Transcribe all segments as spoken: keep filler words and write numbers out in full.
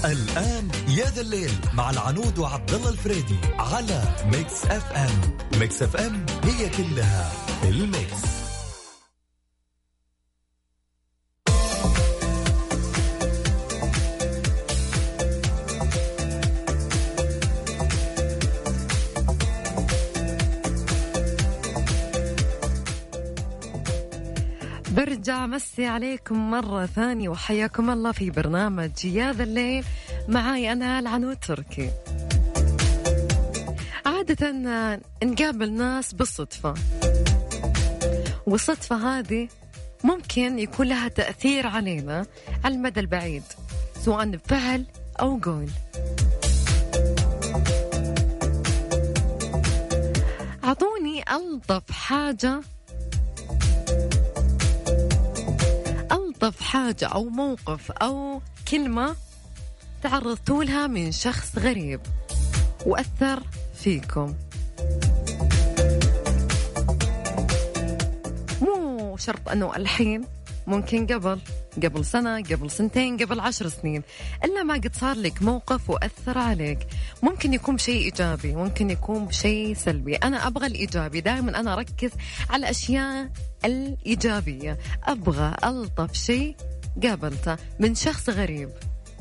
الآن يا ذا الليل مع العنود وعبد الله الفريدي على ميكس اف ام. ميكس اف ام هي كلها الميكس. برجع مسي عليكم مرة ثانية وحياكم الله في برنامج يا ذا الليل معاي أنا العنود تركي. عادة نقابل ناس بالصدفة، والصدفة هذه ممكن يكون لها تأثير علينا على المدى البعيد سواء بفعل أو قول. أعطوني ألطف حاجة ألطف حاجة أو موقف أو كلمة تعرضتوا لها من شخص غريب وأثر فيكم. مو شرط أنه الحين، ممكن قبل قبل سنة، قبل سنتين، قبل عشر سنين، إلا ما قد صار لك موقف وأثر عليك. ممكن يكون بشيء إيجابي، ممكن يكون بشيء سلبي. أنا أبغى الإيجابي، دائما أنا أركز على الأشياء الإيجابية. أبغى ألطف شيء قابلته من شخص غريب.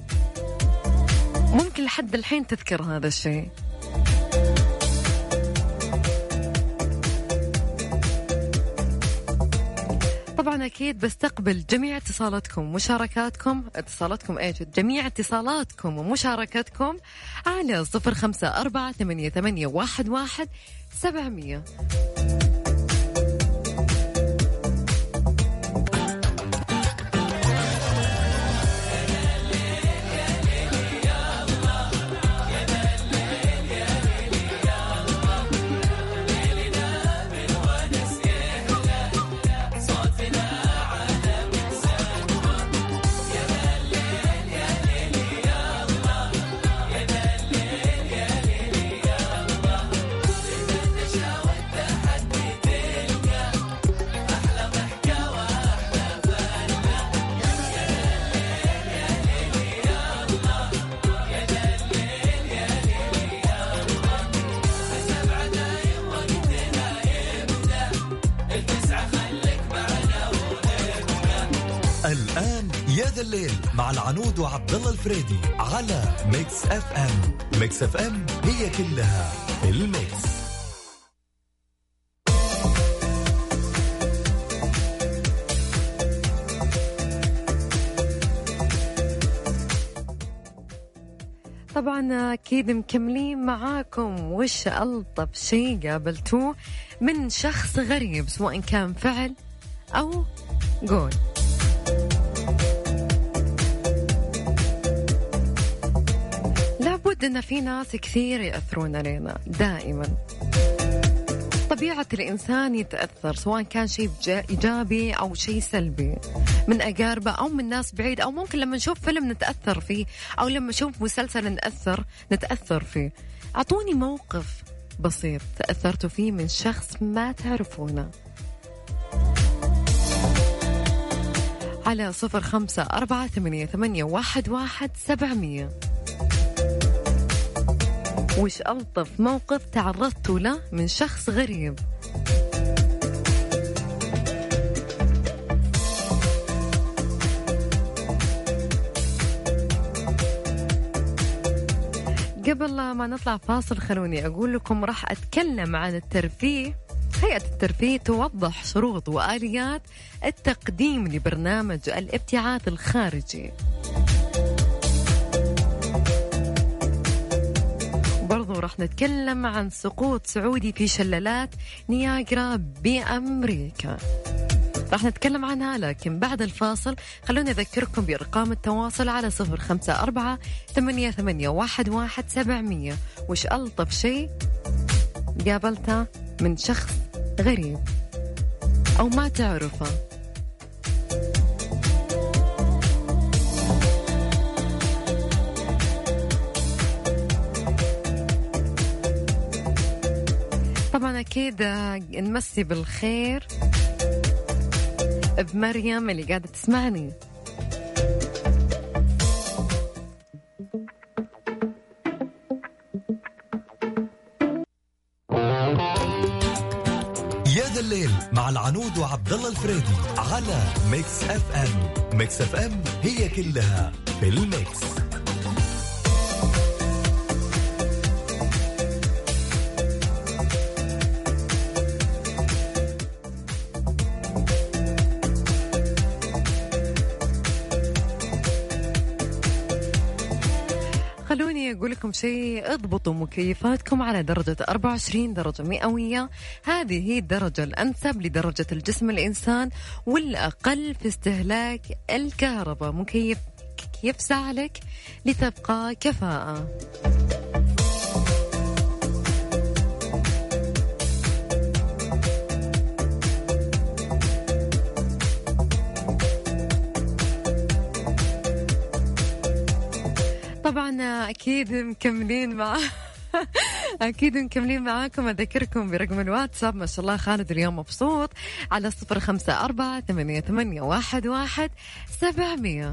ممكن لحد الحين تذكر هذا الشيء. طبعا أكيد بستقبل جميع اتصالاتكم ومشاركاتكم اتصالاتكم ايش جميع اتصالاتكم ومشاركاتكم على صفر خمسة أربعة ثمانية ثمانية واحد واحد سبعمية. الآن يا ذا الليل مع العنود وعبد الله الفريدي على ميكس اف ام. ميكس اف ام هي كلها الميكس. طبعا أكيد مكملين معاكم. وش ألطف شيء قابلتوه من شخص غريب سواء كان فعل أو قول؟ لابد أن في ناس كثير يأثرون علينا دائما. طبيعة الإنسان يتأثر سواء كان شيء إيجابي أو شيء سلبي، من أقاربه أو من ناس بعيد، أو ممكن لما نشوف فيلم نتأثر فيه، أو لما نشوف مسلسل نتأثر نتأثر فيه. أعطوني موقف بسيط تأثرتوا فيه من شخص ما تعرفونه على صفر خمسة أربعة ثمانية ثمانية واحد واحد سبعمية. وش ألطف موقف تعرضتوا له من شخص غريب؟ قبل ما نطلع فاصل خلوني أقول لكم راح أتكلم عن الترفيه. هيئة الترفيه توضح شروط وآليات التقديم لبرنامج الابتعاث الخارجي. برضو راح نتكلم عن سقوط سعودي في شلالات نياجرا بأمريكا. راح نتكلم عنها لكن بعد الفاصل. خلوني أذكركم بأرقام التواصل على صفر خمسة أربعة ثمانية ثمانية واحد واحد سبعمية. وش ألطف شيء قابلته من شخص غريب أو ما تعرفه؟ طبعا أكيد نمسي بالخير بمريم اللي قاعدة تسمعني. يا ذا الليل مع العنود وعبد الله الفريدي على ميكس اف ام. ميكس اف ام هي كلها في الميكس. خلوني أقول لكم شيء، اضبطوا مكيفاتكم على درجة أربعة وعشرين درجة مئوية. هذه هي الدرجة الأنسب لدرجة الجسم الإنسان والأقل في استهلاك الكهرباء. مكيف يفزع لك لتبقى كفاءة. طبعا أكيد مكملين مع أكيد مكملين معاكم. أذكركم برقم الواتساب، ما شاء الله خالد اليوم مبسوط، على صفر خمسة أربعة ثمانية ثمانية واحد واحد سبعمية.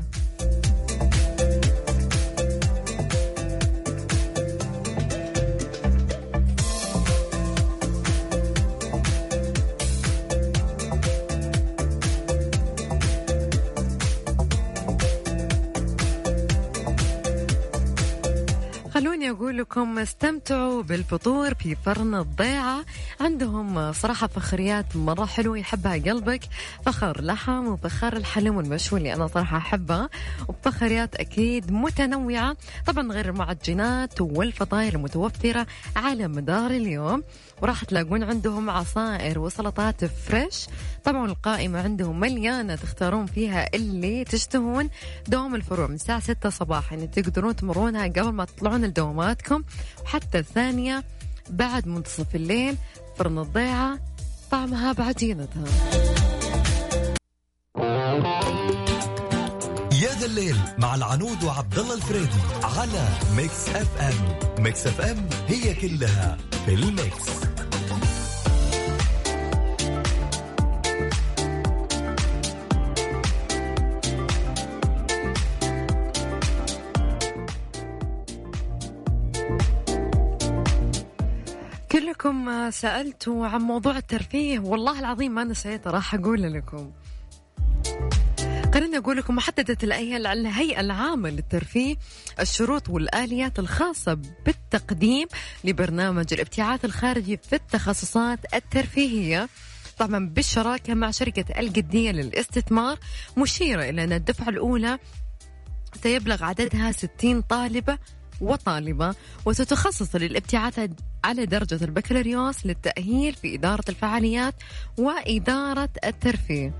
خلوني أقول لكم استمتعوا بالفطور في فرن الضيعة. عندهم صراحة فخريات مرة حلوة يحبها قلبك، فخر لحم وفخر الحلم والمشوي اللي أنا صراحة أحبها، وفخريات أكيد متنوعة طبعا غير المعجنات والفطاير المتوفرة على مدار اليوم. وراح تلاقون عندهم عصائر وسلطات فريش. طبعا القائمة عندهم مليانة تختارون فيها اللي تشتهون. دوام الفروع من الساعة ستة صباحا، يعني تقدرون تمرونها قبل ما تطلعون لدواماتكم، وحتى الثانية بعد منتصف الليل. فرن الضيعة طعمها بعجينتها. يا ذا الليل مع العنود وعبد الله الفريدي على ميكس اف ام. ميكس اف ام هي كلها في الميكس. كلكم سألتوا عن موضوع الترفيه، والله العظيم ما نسيت، راح أقول لكم. خليني أقول لكم، محددة الهيئة العامة للترفيه الشروط والآليات الخاصة بالتقديم لبرنامج الابتعاث الخارجي في التخصصات الترفيهية، طبعا بالشراكة مع شركة الجدية للاستثمار، مشيرة إلى أن الدفعة الأولى سيبلغ عددها ستين طالبة وطالبة، وستتخصص للابتعاث على درجة البكالوريوس للتأهيل في إدارة الفعاليات وإدارة الترفيه.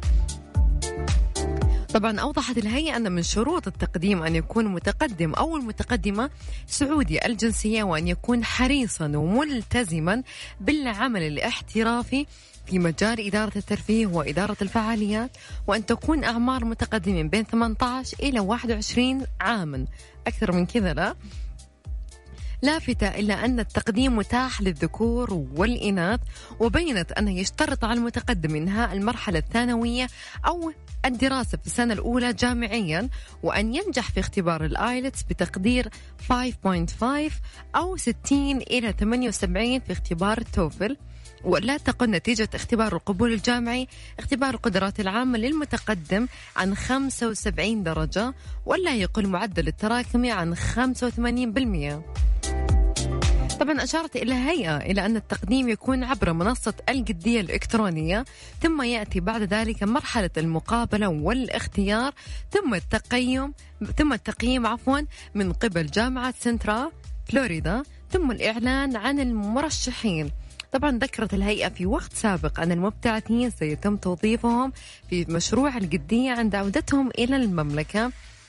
طبعا أوضحت الهيئة أن من شروط التقديم أن يكون متقدم أو المتقدمة سعودي الجنسية، وأن يكون حريصا وملتزما بالعمل الاحترافي في مجال إدارة الترفيه وإدارة الفعاليات، وأن تكون أعمار متقدمين بين ثمانية عشر إلى واحد وعشرين عاما، أكثر من كذا لا. لافتة إلا أن التقديم متاح للذكور والإناث، وبينت أنه يشترط على المتقدم إنهاء المرحلة الثانوية أو الدراسة في السنة الأولى جامعيا، وأن ينجح في اختبار الآيلتس بتقدير خمسة فاصلة خمسة أو ستين إلى ثمانية وسبعين في اختبار التوفل، ولا تقل نتيجة اختبار القبول الجامعي اختبار القدرات العامة للمتقدم عن خمسة وسبعين درجة، ولا يقل معدل التراكمي عن خمسة وثمانين بالمئة. طبعا أشارت إلى الهيئة إلى أن التقديم يكون عبر منصة الجدية الإلكترونية، ثم يأتي بعد ذلك مرحلة المقابلة والاختيار، ثم التقييم ثم التقييم عفوا من قبل جامعة سنترال فلوريدا، ثم الإعلان عن المرشحين. طبعا ذكرت الهيئة في وقت سابق أن المبتعثين سيتم توظيفهم في مشروع الجدية عند عودتهم إلى المملكة،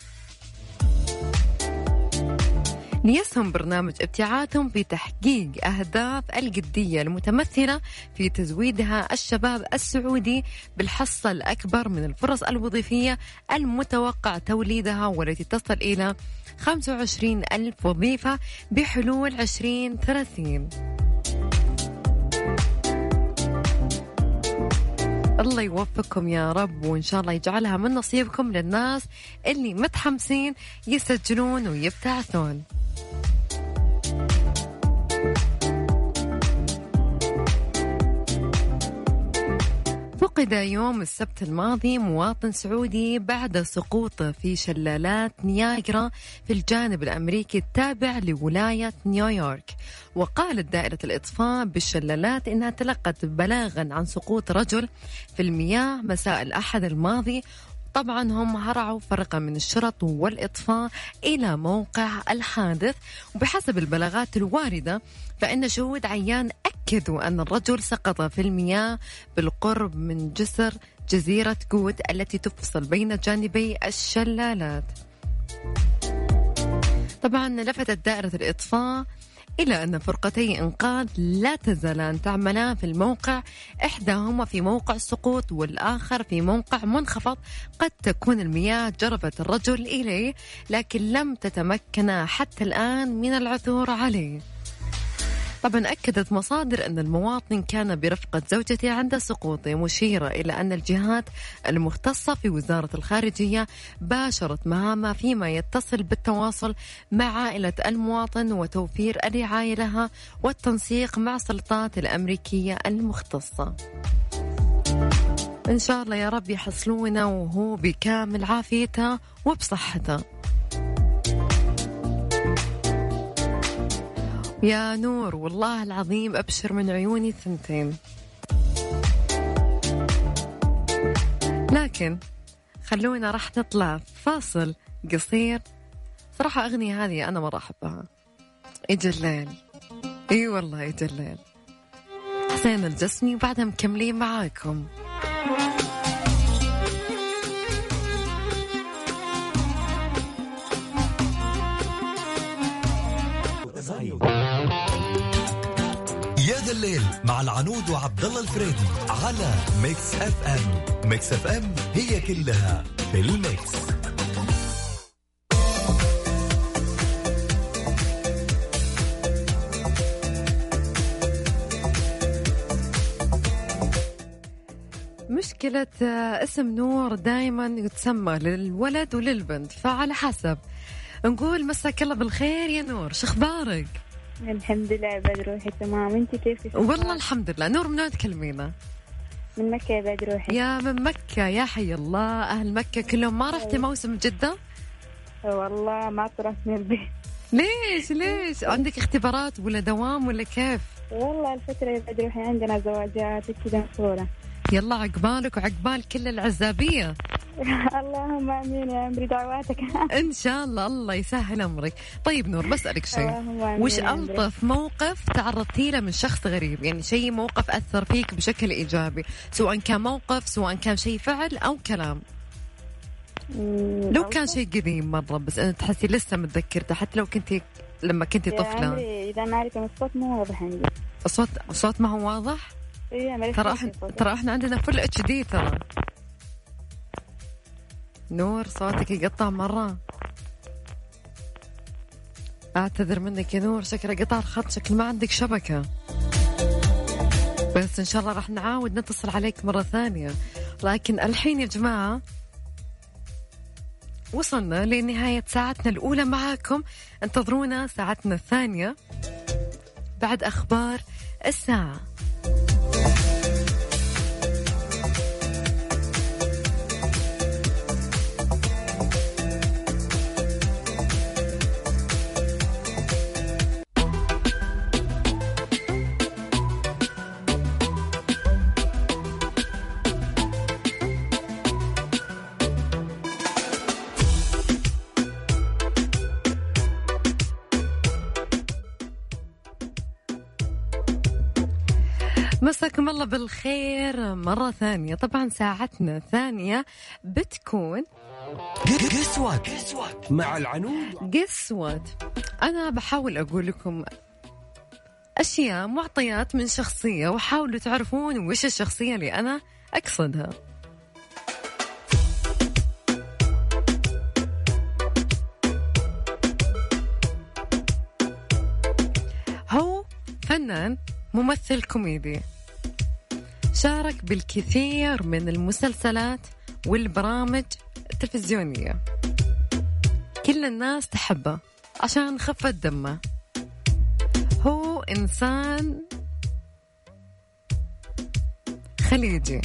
ليسهم برنامج ابتعاثهم في تحقيق أهداف الجدية المتمثلة في تزويدها الشباب السعودي بالحصة الأكبر من الفرص الوظيفية المتوقع توليدها، والتي تصل إلى خمسة وعشرين ألف وظيفة بحلول عشرين ثلاثين. الله يوفقكم يا رب، وإن شاء الله يجعلها من نصيبكم للناس اللي متحمسين يسجلون ويبتعثون. فقد يوم السبت الماضي مواطن سعودي بعد سقوطه في شلالات نياجرا في الجانب الأمريكي التابع لولاية نيويورك. وقالت دائرة الإطفاء بالشلالات إنها تلقت بلاغا عن سقوط رجل في المياه مساء الأحد الماضي. طبعا هم هرعوا فرقة من الشرطة والإطفاء إلى موقع الحادث، وبحسب البلاغات الواردة فإن شهود عيان أكدوا أن الرجل سقط في المياه بالقرب من جسر جزيرة جود التي تفصل بين جانبي الشلالات. طبعا لفتت دائرة الإطفاء إلى أن فرقتي إنقاذ لا تزالان تعملان في الموقع، إحداهما في موقع السقوط والآخر في موقع منخفض قد تكون المياه جرفت الرجل إليه، لكن لم تتمكن حتى الآن من العثور عليه. طبعا أكدت مصادر أن المواطن كان برفقة زوجته عند سقوطه، مشيرة إلى أن الجهات المختصة في وزارة الخارجية باشرت مهامها فيما يتصل بالتواصل مع عائلة المواطن وتوفير الرعاية لها والتنسيق مع السلطات الأمريكية المختصة. إن شاء الله يا رب يحصلونه وهو بكامل عافيته وبصحته. يا نور والله العظيم أبشر من عيوني ثنتين. لكن خلونا راح نطلع فاصل قصير. صراحة أغنية هذه أنا مرة أحبها، إجا الليل. إي والله إجا الليل، حسين الجسمي، وبعدها مكملين معاكم. يا ذا الليل مع العنود وعبد الله الفريدي على ميكس اف ام. ميكس اف ام هي كلها في الميكس. مشكلة اسم نور دائما يتسمى للولد وللبنت، فعلى حسب. نقول مساك الله بالخير يا نور، شخبارك؟ الحمد لله بعد روحي تمام. انت كيف؟ والله الحمد لله. نور من وين تكلمينا؟ من مكة بعد روحي. يا من مكة، يا حي الله أهل مكة كلهم. ما رحتي موسم جدة؟ والله ما طرحت من البيت. ليش ليش عندك اختبارات ولا دوام ولا كيف؟ والله الفترة بعد روحي عندنا زواجات كذا صورة. يلا عقبالك وعقبال كل العزابية. اللهم امين يا امري، دعواتك. ان شاء الله الله يسهل امرك. طيب نور بسألك شيء، وش ألطف موقف تعرضتي له من شخص غريب؟ يعني شيء موقف أثر فيك بشكل إيجابي، سواء كان موقف سواء كان شيء فعل أو كلام. لو كان شيء قديم مرة بس أنت تحسي لسه متذكرته، حتى لو كنتي لما كنتي طفلة. إذا ما عرفت الصوت مو واضح عندي. الصوت الصوت ما هو واضح. ترى احنا ترى احنا عندنا فل اتش دي ترى. نور صوتك يقطع مرة، اعتذر منك يا نور، شكله قطع الخط، شكل ما عندك شبكة. بس ان شاء الله راح نعاود نتصل عليك مرة ثانية. لكن الحين يا جماعة وصلنا لنهاية ساعتنا الأولى معاكم. انتظرونا ساعتنا الثانية بعد أخبار الساعة. مساكم الله بالخير مرة ثانية. طبعا ساعتنا الثانية بتكون قسوة مع العنود. قسوة. أنا بحاول أقول لكم أشياء معطيات من شخصية، وحاولوا تعرفون وش الشخصية اللي أنا أقصدها. هو فنان ممثل كوميدي شارك بالكثير من المسلسلات والبرامج التلفزيونية، كل الناس تحبه عشان خفة دمه. هو إنسان خليجي،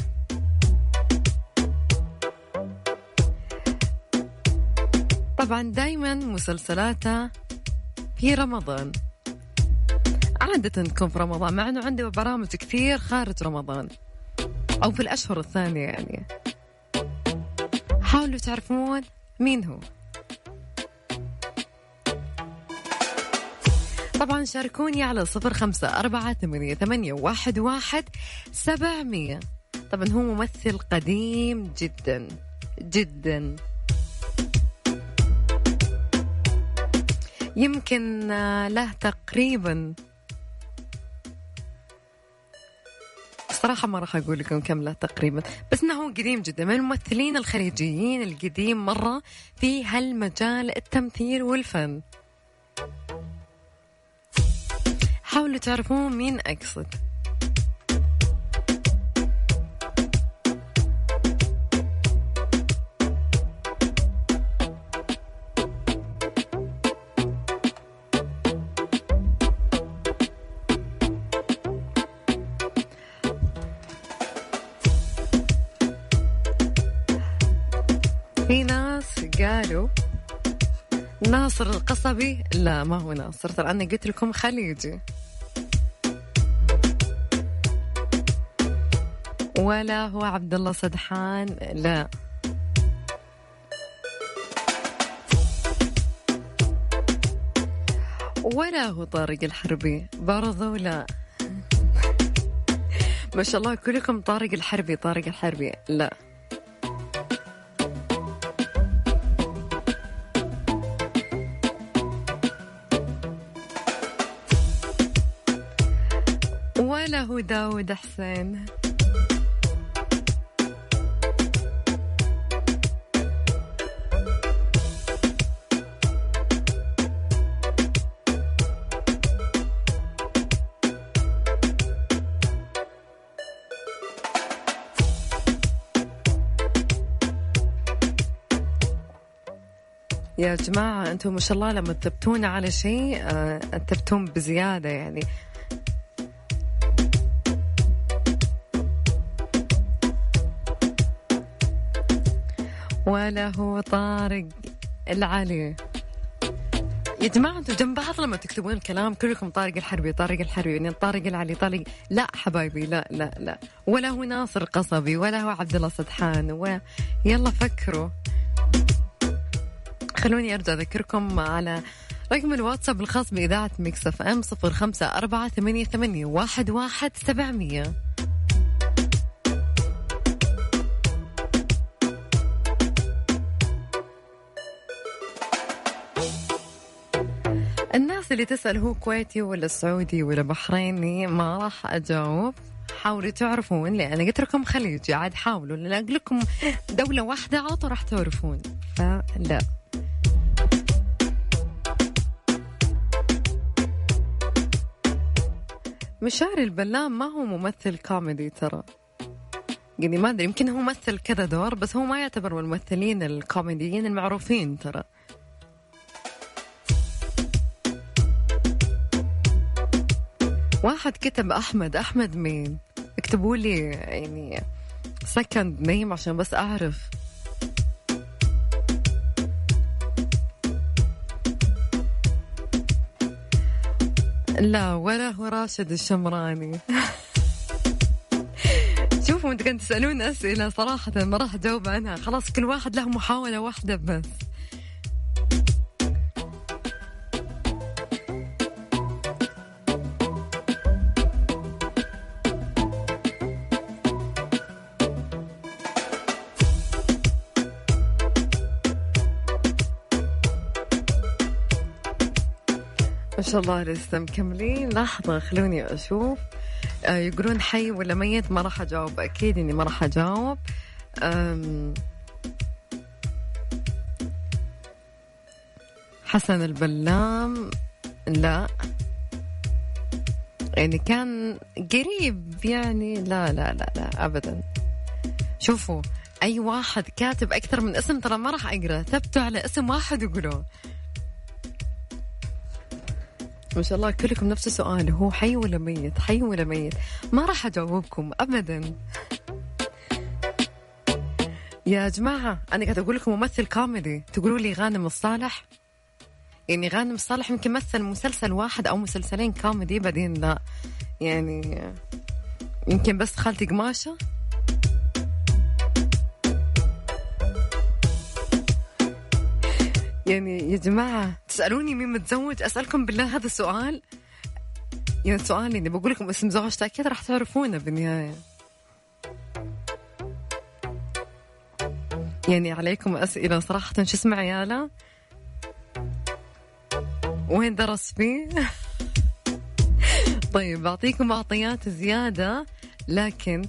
طبعا دايما مسلسلاته في رمضان، عادة تكون في رمضان، مع أنه عنده برامج كثير خارج رمضان أو في الأشهر الثانية. يعني حاولوا تعرفون مين هو. طبعا شاركوني على صفر خمسة أربعة ثمانية ثمانية واحد واحد سبعمية. طبعا هو ممثل قديم جدا جدا، يمكن له تقريبا، صراحة ما راح أقول لكم كم له تقريبا، بس إنه هو قديم جدا، من الممثلين الخليجيين القديم مرة في هالمجال التمثيل والفن. حاولوا تعرفون مين أقصد. في ناس قالوا ناصر القصبي، لا ما هو ناصر، ترى أنا قلت لكم خليجي. ولا هو عبد الله سدحان، لا. ولا هو طارق الحربي برضو، لا. ما شاء الله كلكم طارق الحربي طارق الحربي، لا. ولا هو داود حسين. يا جماعة أنتم ما شاء الله لما تثبتون على شيء أه تثبتون بزيادة يعني. ولا هو طارق العلي. يا جماعة أنتم جنب بعض لما تكتبون الكلام كلكم طارق الحربي طارق الحربي، يعني طارق العلي طارق، لا حبايبي، لا لا لا. ولا هو ناصر قصبي، ولا هو عبد الله سدحان، و... يلا فكروا. خلوني أرجع أذكركم على رقم الواتساب الخاص بإذاعة ميكس اف ام صفر خمسة أربعة ثمانية ثمانية واحد واحد سبعمية. الناس اللي تسأل هو كويتي ولا سعودي ولا بحريني ما راح أجاوب. حاولوا تعرفون، لأن قلت لكم خليجي، عاد حاولوا، لأن أقول لكم دولة واحدة عطوا راح تعرفون، فلا. مشاري البلام ما هو ممثل كوميدي ترى، يعني ما أدري، يمكن هو مثل كذا دور، بس هو ما يعتبر من الممثلين الكوميديين المعروفين ترى. واحد كتب أحمد، أحمد مين؟ اكتبوا لي يعني سكند نيم عشان بس أعرف. لا، ولا هو راشد الشمراني. شوفوا انتوا كنتوا تسألون أسئلة صراحة ما راح أجاوب عنها، خلاص كل واحد له محاولة واحدة بس. ما شاء الله لسه مكملين. لحظة خلوني أشوف. آه يقولون حي ولا ميت، ما راح أجاوب، أكيد إني ما راح أجاوب. حسن البلام لا. يعني كان قريب يعني. لا لا لا لا أبدا. شوفوا أي واحد كاتب أكثر من اسم ترى ما راح أقرأ، ثبتوا على اسم واحد وقولوه. ما شاء الله كلكم نفس السؤال، هو حي ولا ميت؟ حي ولا ميت؟ ما راح أجاوبكم أبدا يا جماعة. أنا قاعد أقول لكم ممثل كوميدي تقولوا لي غانم الصالح. يعني غانم الصالح يمكن مثل مسلسل واحد أو مسلسلين كوميدي بعدين لا، يعني يمكن بس خالتي قماشة. يعني يا جماعة تسألوني مين متزوج، أسألكم بالله هذا السؤال. يعني سؤالي إني بقول لكم اسم زوجته أكيد راح تعرفونه بالنهاية. يعني عليكم أسئلة صراحة. شو اسمع عياله وين درس فيه؟ طيب أعطيكم معطيات زيادة لكن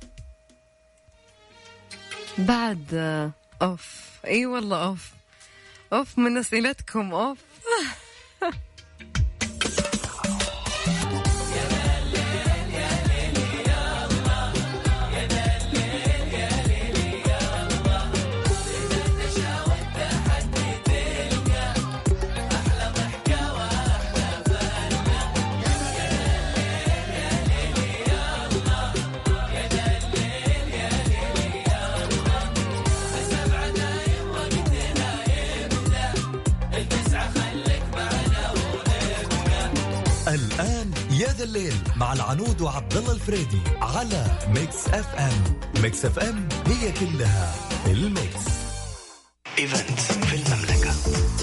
بعد. أوف أي والله أوف أوف من أسئلتكم أوف. الآن يا ذا الليل مع العنود وعبد الله الفريدي على ميكس اف ام. ميكس اف ام هي كلها الميكس. ايفنت في المملكة.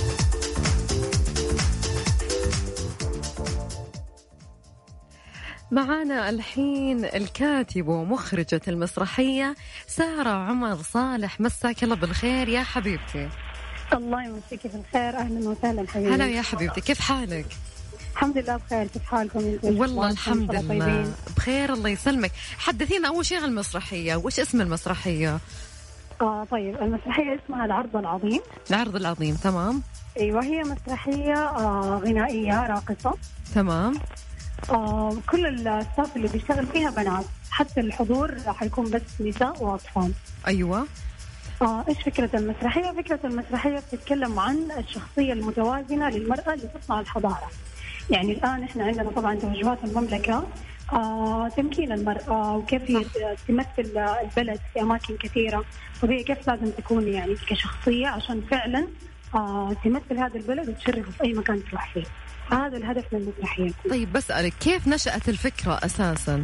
معانا الحين الكاتب ومخرجة المسرحية سارة عمر صالح. مساك الله بالخير يا حبيبتي. الله يمسيك بالخير. أهلا وسهلا حبيبي. هلا يا حبيبتي، كيف حالك؟ الحمد لله بخير. كيف حالكم؟ والله الحمد لله بخير الله يسلمك. حدثينا أول شيء عن المسرحية، وش اسم المسرحية؟ آه طيب المسرحية اسمها العرض العظيم. العرض العظيم تمام. أيوة هي مسرحية آه غنائية راقصة. تمام. آه كل الستاف اللي بيشتغل فيها بنات، حتى الحضور راح يكون بس نساء وأطفال. أيوة. آه إيش فكرة المسرحية؟ فكرة المسرحية بتتكلم عن الشخصية المتوازنة للمرأة اللي تصنع الحضارة. يعني الآن إحنا عندنا طبعا توجهات المملكة آه تمكين المرأة وكيف تمثل البلد في أماكن كثيرة، وهي كيف لازم تكون يعني كشخصية عشان فعلا آه تمثل هذا البلد وتشرفه في أي مكان تروح فيه. هذا الهدف من المسرحية. طيب بسألك كيف نشأت الفكرة أساسا؟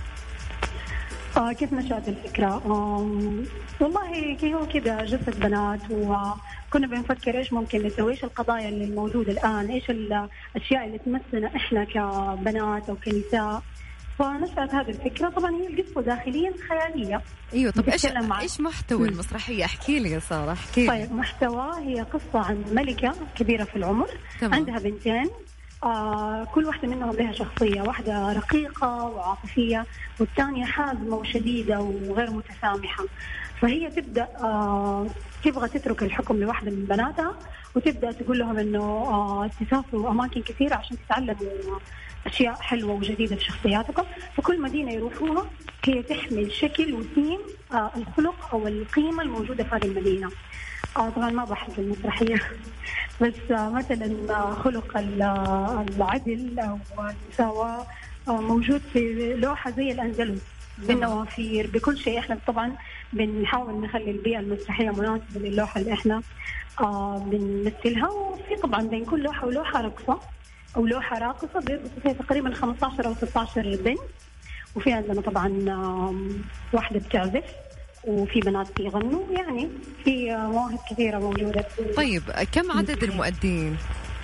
آه كيف نشأت الفكرة؟ آه والله هو كذا جلسة بنات وكنا بنفكر إيش ممكن نسوي، إيش القضايا اللي الموجودة الآن، إيش الأشياء اللي تمثلنا إحنا كبنات أو كنساء. فنشأت هذه الفكرة. طبعا هي القصة داخليا خيالية. أيوة. طب إيش إيش محتوى المسرحية؟ احكي لي يا سارة احكي. طيب محتوى هي قصة عن ملكة كبيرة في العمر. تمام. عندها بنتين آه كل واحدة منهم لها شخصية، واحدة رقيقة وعاطفية والثانية حازمة وشديدة وغير متسامحة. فهي تبدأ آه تبغى تترك الحكم لواحدة من بناتها وتبدأ تقول لهم إنه آه تسافروا أماكن كثيرة عشان تتعلموا أشياء حلوة وجديدة في شخصياتكم. فكل مدينة يروحوها هي تحمل شكل وثيم آه الخلق أو القيمة الموجودة في هذه المدينة. آه طبعا ما بحث المسرحية بس آه مثلا آه خلق العدل أو المساواة آه موجود في لوحة زي الأندلس بالنوافير بكل شيء. احنا طبعا بنحاول نخلي البيئة المسرحية مناسبة للوحة اللي احنا آه بنمثلها. وفي طبعا بين كل لوحة ولوحة رقصة أو لوحة راقصة بيرقصوا فيها تقريبا خمسة عشر أو ستة عشر بنت. وفي عندنا طبعا آه واحدة بتعزف وفي بنات بيغنوا، يعني في مواهب كثيرة موجودة. طيب كم عدد المؤدين؟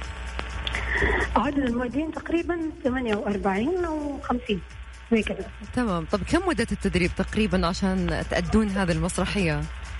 عدد المؤدين تقريبا ثمانية وأربعين أو خمسين زي كذا. تمام. طب كم مدة التدريب تقريبا عشان تأدون هذه المسرحية؟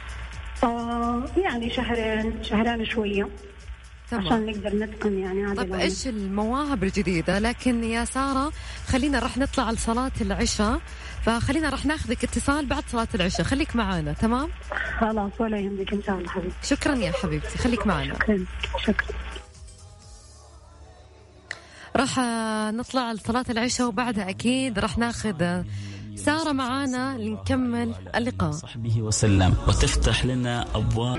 آه يعني شهرين شهرين شوية. تمام. عشان نقدر نتقن يعني هذا. طب إيش المواهب الجديدة؟ لكن يا سارة خلينا راح نطلع لصلاة العشاء، فخلينا راح ناخذك اتصال بعد صلاة العشاء. خليك معانا. تمام خلاص ولا يهمك إن شاء الله حبيبتي. شكرا يا حبيبتي خليك معانا. شكرا شكرا. راح نطلع لصلاة العشاء وبعدها أكيد راح ناخذ سارة معانا لنكمل اللقاء. صحبه وسلم وتفتح لنا أبواب.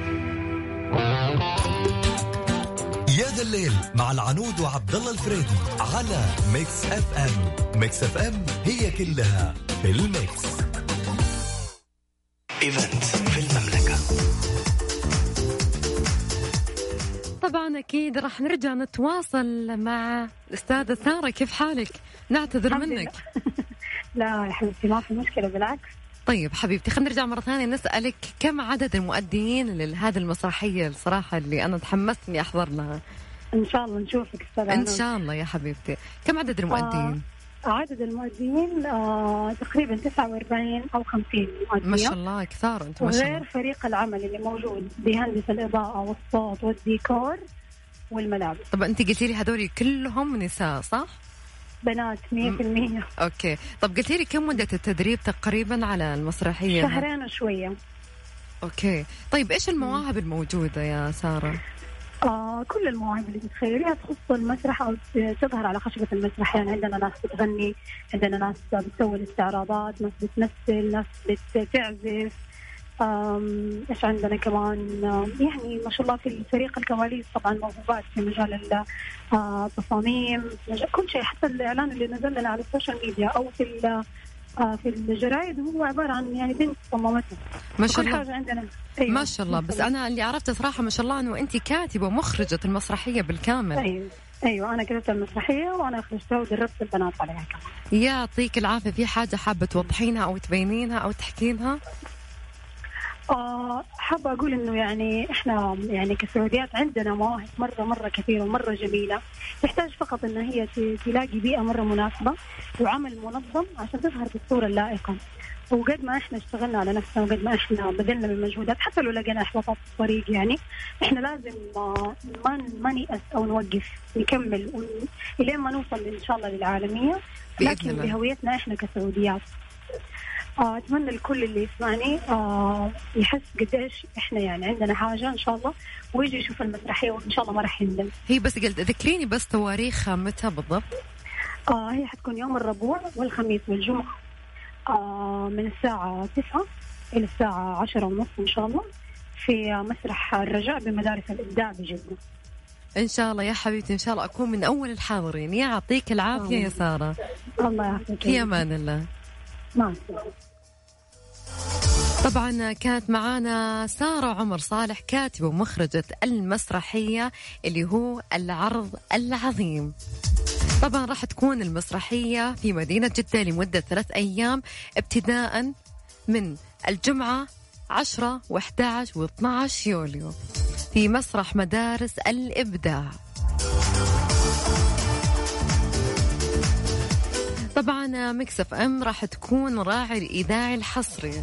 يا ذا الليل مع العنود وعبد الله الفريدي على ميكس اف ام. ميكس اف ام هي كلها في الميكس. إيفنت في المملكة. طبعا أكيد راح نرجع نتواصل مع الأستاذة سارة. كيف حالك؟ نعتذر منك. لا يا حبيبتي ما في مشكلة بالعكس. طيب حبيبتي خلينا نرجع مرة ثانية نسألك كم عدد المؤديين لهذه المسرحية الصراحة اللي أنا تحمست إني أحضر لها. إن شاء الله نشوفك السنة. إن شاء الله يا حبيبتي. كم عدد المؤديين؟ آه عدد المؤديين آه تقريبا تسعة وأربعين أو خمسين مؤدية. ما شاء الله كثار أنتم ما شاء الله. وغير فريق العمل اللي موجود بيهندس الإضاءة والصوت والديكور والملابس. طب أنت قلتي لي هذول كلهم نساء صح؟ بنات مية في المية. أوكي. طب قلتي لي كم مدة التدريب تقريبا على المسرحية؟ شهرين وشوية. أوكي. طيب إيش المواهب الموجودة يا سارة؟ آه كل المواهب اللي تتخيليها تخص المسرح أو تظهر على خشبة المسرح. يعني عندنا ناس بتغني، عندنا ناس بتسوي الاستعراضات، ناس بتمثل، ناس بتعزف. إيش عندنا كمان يعني ما شاء الله في الفريق الكواليس طبعا موهوبات في مجال التصاميم كل شيء. حتى الإعلان اللي نزل لنا على السوشيال ميديا أو في في الجرايد هو عبارة عن يعني بنت صممتها. ما شاء الله. حاجة عندنا. أيوة. ما شاء الله. بس أنا اللي عرفته صراحة ما شاء الله إنه أنت كاتبة ومخرجة المسرحية بالكامل. أيوة. أيوة أنا كتبت المسرحية وأنا أخرجتها ودربت البنات عليها كمان. يعطيك العافية. في حاجة حابة توضحينها أو تبينينها أو تحكينها؟ آه حابة أقول إنه يعني إحنا يعني كسعوديات عندنا مواهب مرة مرة كثيرة ومرة جميلة. تحتاج فقط إن هي تلاقي بيئة مرة مناسبة وعمل منظم عشان تظهر بالصورة اللائقة. وقد ما إحنا اشتغلنا على نفسنا وقد ما إحنا بذلنا من مجهودات حتى لو لقينا إحباطات في الطريق يعني إحنا لازم ما ما نيأس أو نوقف نكمل إلين ما نوصل إن شاء الله للعالمية لكن بهويتنا إحنا كسعوديات. آه أتمنى الكل اللي يسمعني آه يحس قديش إحنا يعني عندنا حاجة إن شاء الله ويجي يشوف المسرحية وإن شاء الله ما راح يندم. هي بس قلت ذكريني بس تواريخ متى بالضبط؟ آه هي حتكون يوم الربوع والخميس والجمعة آه من الساعة تسعة إلى الساعة عشرة ونص إن شاء الله في مسرح الرجاء بمدارس الإبداع بجدة. إن شاء الله يا حبيبتي. إن شاء الله أكون من أول الحاضرين. يعطيك العافية يا سارة. الله يعافيك. في أمان الله. ما طبعا كانت معانا سارة عمر صالح كاتبة ومخرجة المسرحية اللي هو العرض العظيم. طبعا راح تكون المسرحية في مدينة جدة لمدة ثلاث أيام ابتداء من الجمعة عشرة وإحدى عشر واثنى عشر يوليو في مسرح مدارس الإبداع. طبعا ميكس اف ام راح تكون راعي الإذاعي الحصري.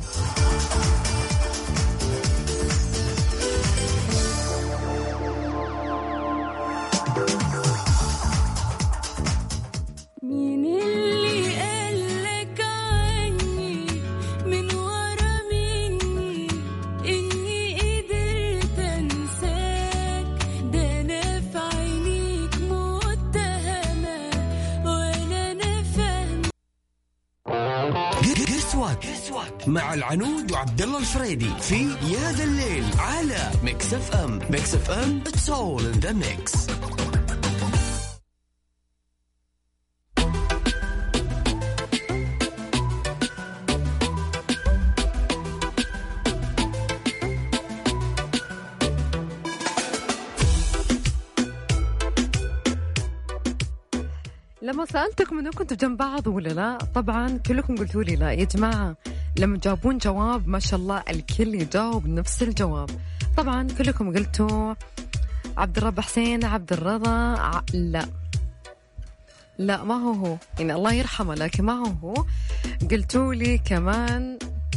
مين اللي قالك عني من ورا مني إني قدرت أنساك؟ ده أنا في عينيك متهمة ولا أنا فاهمة. قسوات مع العنود وعبد الله الفريدي في يا ذا الليل على ميكس اف ام. ميكس اف ام it's all in the mix. لما سألتكم إنه كنتوا جنب بعض ولا لا طبعا كلكم قلتوا لي لا. يا جماعة لما جاوبون جواب ما شاء الله الكل يجاوب نفس الجواب. طبعا كلكم قلتوا عبد الرب حسين عبد الرضا ع... لا لا ما هو هو يعني الله يرحمه لكن ما هو هو. قلتوا لي كمان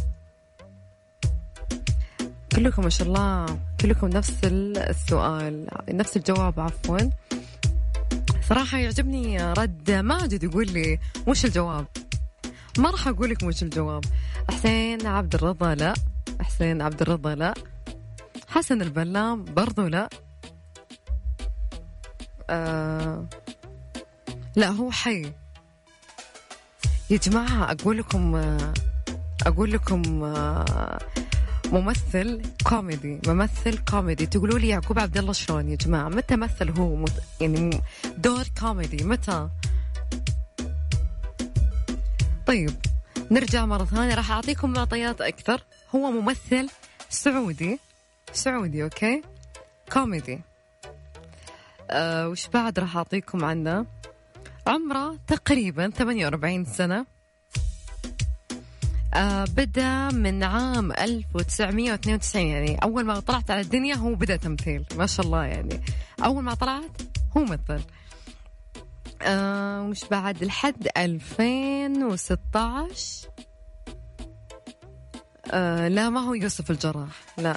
كلكم ما شاء الله كلكم نفس السؤال نفس الجواب عفوا. صراحة يعجبني رد ماجد يقول لي وش الجواب. ما راح أقول لك وش الجواب. حسين عبد الرضا لا. حسين عبد الرضا لا. حسن البلام برضو لا. آه لا هو حي يا جماعة. أقول لكم أقول لكم ممثل كوميدي ممثل كوميدي تقولوا لي يعقوب عبد الله شلون يا جماعة؟ متى مثل هو يعني دور كوميدي متى؟ طيب نرجع مرة ثانية، راح أعطيكم معطيات أكثر. هو ممثل سعودي سعودي أوكي كوميدي. أه وش بعد راح أعطيكم عنه؟ عمره تقريبا ثمانية وأربعين سنة. أه بدأ من عام ألف وتسعمية واثنين وتسعين، يعني أول ما طلعت على الدنيا هو بدأ تمثيل ما شاء الله، يعني أول ما طلعت هو مثل. أه وش بعد لحد ألفين وستة عشر. أه لا ما هو يوسف الجراح، لا.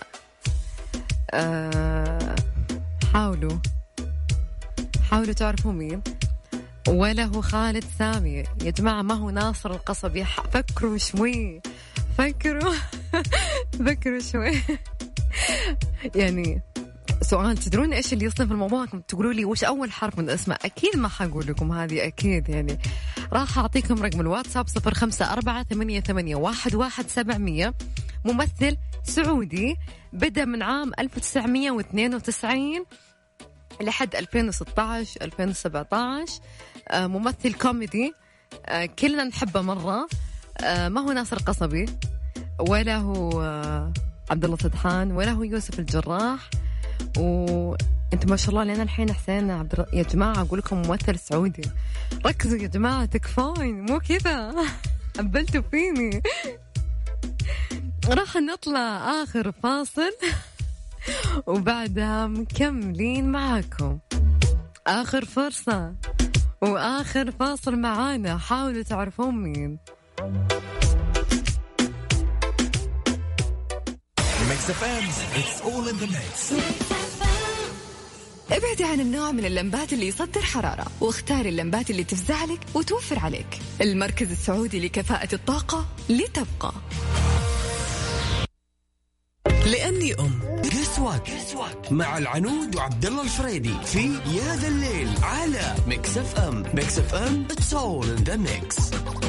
أه حاولوا حاولوا تعرفوا مين. ولا هو خالد سامي يا جماعة، ما هو ناصر القصبي. فكروا شوي فكروا فكروا شوي. يعني سؤال، تدرون إيش اللي يصنف الموضوع؟ تقولوا لي وش أول حرف من اسمه؟ أكيد ما حقول لكم هذه أكيد. يعني راح أعطيكم رقم الواتساب صفر خمسة أربعة ثمانية ثمانية واحد واحد سبعمية. ممثل سعودي بدأ من عام ألف وتسعمية واثنين وتسعين لحد ألفين وستة عشر ألفين وسبعة عشر. آه ممثل كوميدي، آه كلنا نحبه مرة. آه ما هو ناصر قصبي ولا هو آه عبد الله سدحان ولا هو يوسف الجراح. وانت ما شاء الله لنا الحين حسين عبد الر... يا جماعة أقول لكم ممثل سعودي، ركزوا يا جماعة تكفون مو كذا قبلتوا فيني. راح نطلع آخر فاصل وبعدها مكملين معاكم. آخر فرصة وآخر فاصل معانا، حاولوا تعرفون مين. ميكس اف ام it's all in the mix. ابعدي عن النوع من اللمبات اللي يصدر حرارة واختاري اللمبات اللي تفزعلك وتوفر عليك. المركز السعودي لكفاءة الطاقة لتبقى. لأني أم قسوات مع العنود وعبد الله الفريدي في يا ذا الليل على ميكس اف ام. ميكس اف ام it's all in the mix.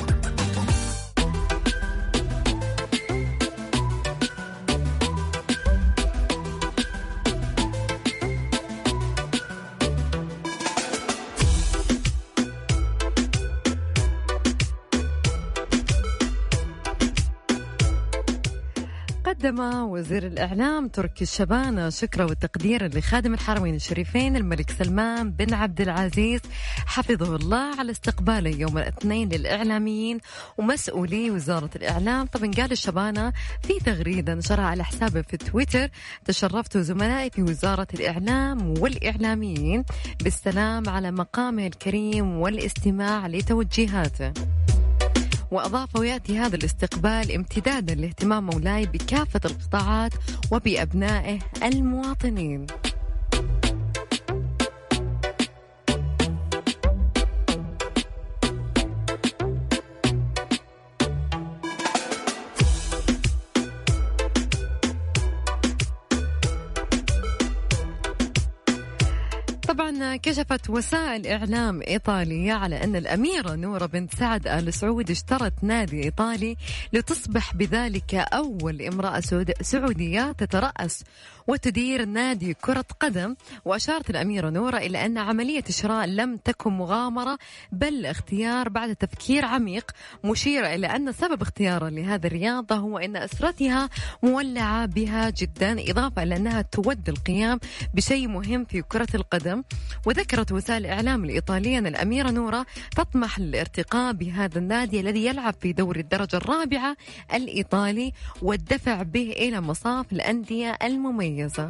قدم وزير الإعلام تركي الشبانة شكرا والتقدير لخادم الحرمين الشريفين الملك سلمان بن عبد العزيز حفظه الله على استقباله يوم الاثنين للإعلاميين ومسؤولي وزارة الإعلام. طبعا قال الشبانة في تغريدة نشرها على حسابه في تويتر: تشرفت زملائي في وزارة الإعلام والإعلاميين بالسلام على مقامه الكريم والاستماع لتوجيهاته. وأضاف: ويأتي هذا الاستقبال امتدادا لاهتمام مولاي بكافة القطاعات وبأبنائه المواطنين. طبعا كشفت وسائل إعلام إيطالية على أن الأميرة نورة بنت سعد آل سعود اشترت نادي إيطالي لتصبح بذلك أول امرأة سعودية تترأس وتدير نادي كرة قدم. وأشارت الأميرة نورة إلى أن عملية الشراء لم تكن مغامرة بل اختيار بعد تفكير عميق، مشيرة إلى أن سبب اختيارها لهذه الرياضة هو أن أسرتها مولعة بها جدا، إضافة إلى أنها تود القيام بشيء مهم في كرة القدم. وذكرت وسائل الإعلام الإيطالية أن الأميرة نورة تطمح للارتقاء بهذا النادي الذي يلعب في دوري الدرجة الرابعة الإيطالي والدفع به إلى مصاف الأندية المميزة.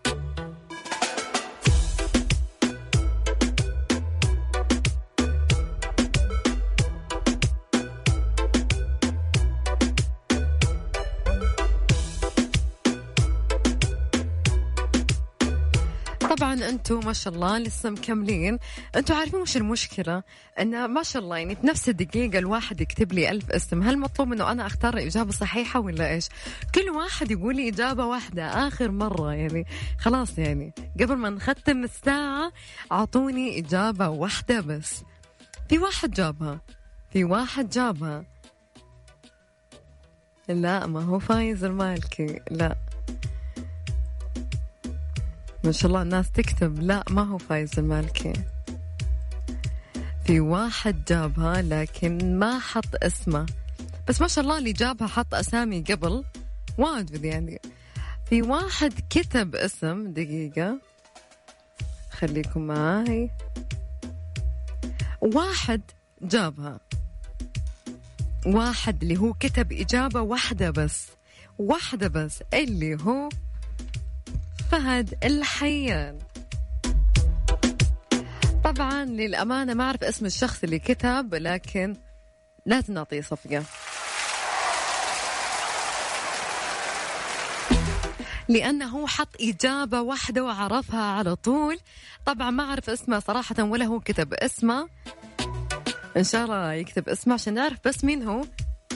طبعا أنتم ما شاء الله لسه مكملين. أنتم عارفين وش المشكلة؟ أن ما شاء الله يعني في نفس الدقيقة الواحد يكتب لي ألف اسم. هل مطلوب أنه أنا أختار إجابة صحيحة ولا إيش؟ كل واحد يقول لي إجابة واحدة آخر مرة، يعني خلاص يعني قبل ما نختم الساعة أعطوني إجابة واحدة بس. في واحد جابها في واحد جابها لا ما هو فايز المالكي. لا ما شاء الله الناس تكتب. لا ما هو فايز المالكي. في واحد جابها لكن ما حط اسمه، بس ما شاء الله اللي جابها حط أسامي قبل واجد يعني. في واحد كتب اسم، دقيقة خليكم معاي، واحد جابها، واحد اللي هو كتب إجابة واحدة بس، واحدة بس، اللي هو فهد الحيان. طبعا للأمانة ما أعرف اسم الشخص اللي كتب، لكن لازم نعطيه صفقة لأنه حط إجابة واحدة وعرفها على طول. طبعا ما أعرف اسمه صراحة ولا هو كتب اسمه، إن شاء الله يكتب اسمه عشان نعرف بس مين هو.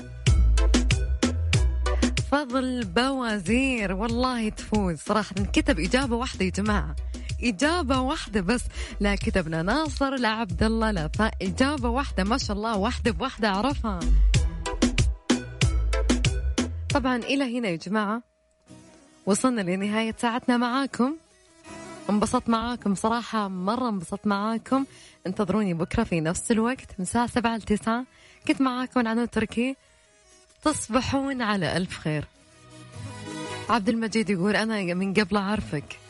فضل بوازير والله تفوز صراحة، كتب إجابة واحدة يا جماعة، إجابة واحدة بس، لا كتبنا ناصر لا عبد الله لا فا، إجابة واحدة ما شاء الله، واحدة بواحدة عرفها. طبعا إلى هنا يا جماعة وصلنا لنهاية ساعتنا معاكم. انبسطت معاكم صراحة، مرة انبسطت معاكم. انتظروني بكرة في نفس الوقت من الساعة سبعة لتسعة. كنت معاكم العنود تركي، تصبحون على ألف خير. عبد المجيد يقول أنا من قبل أعرفك.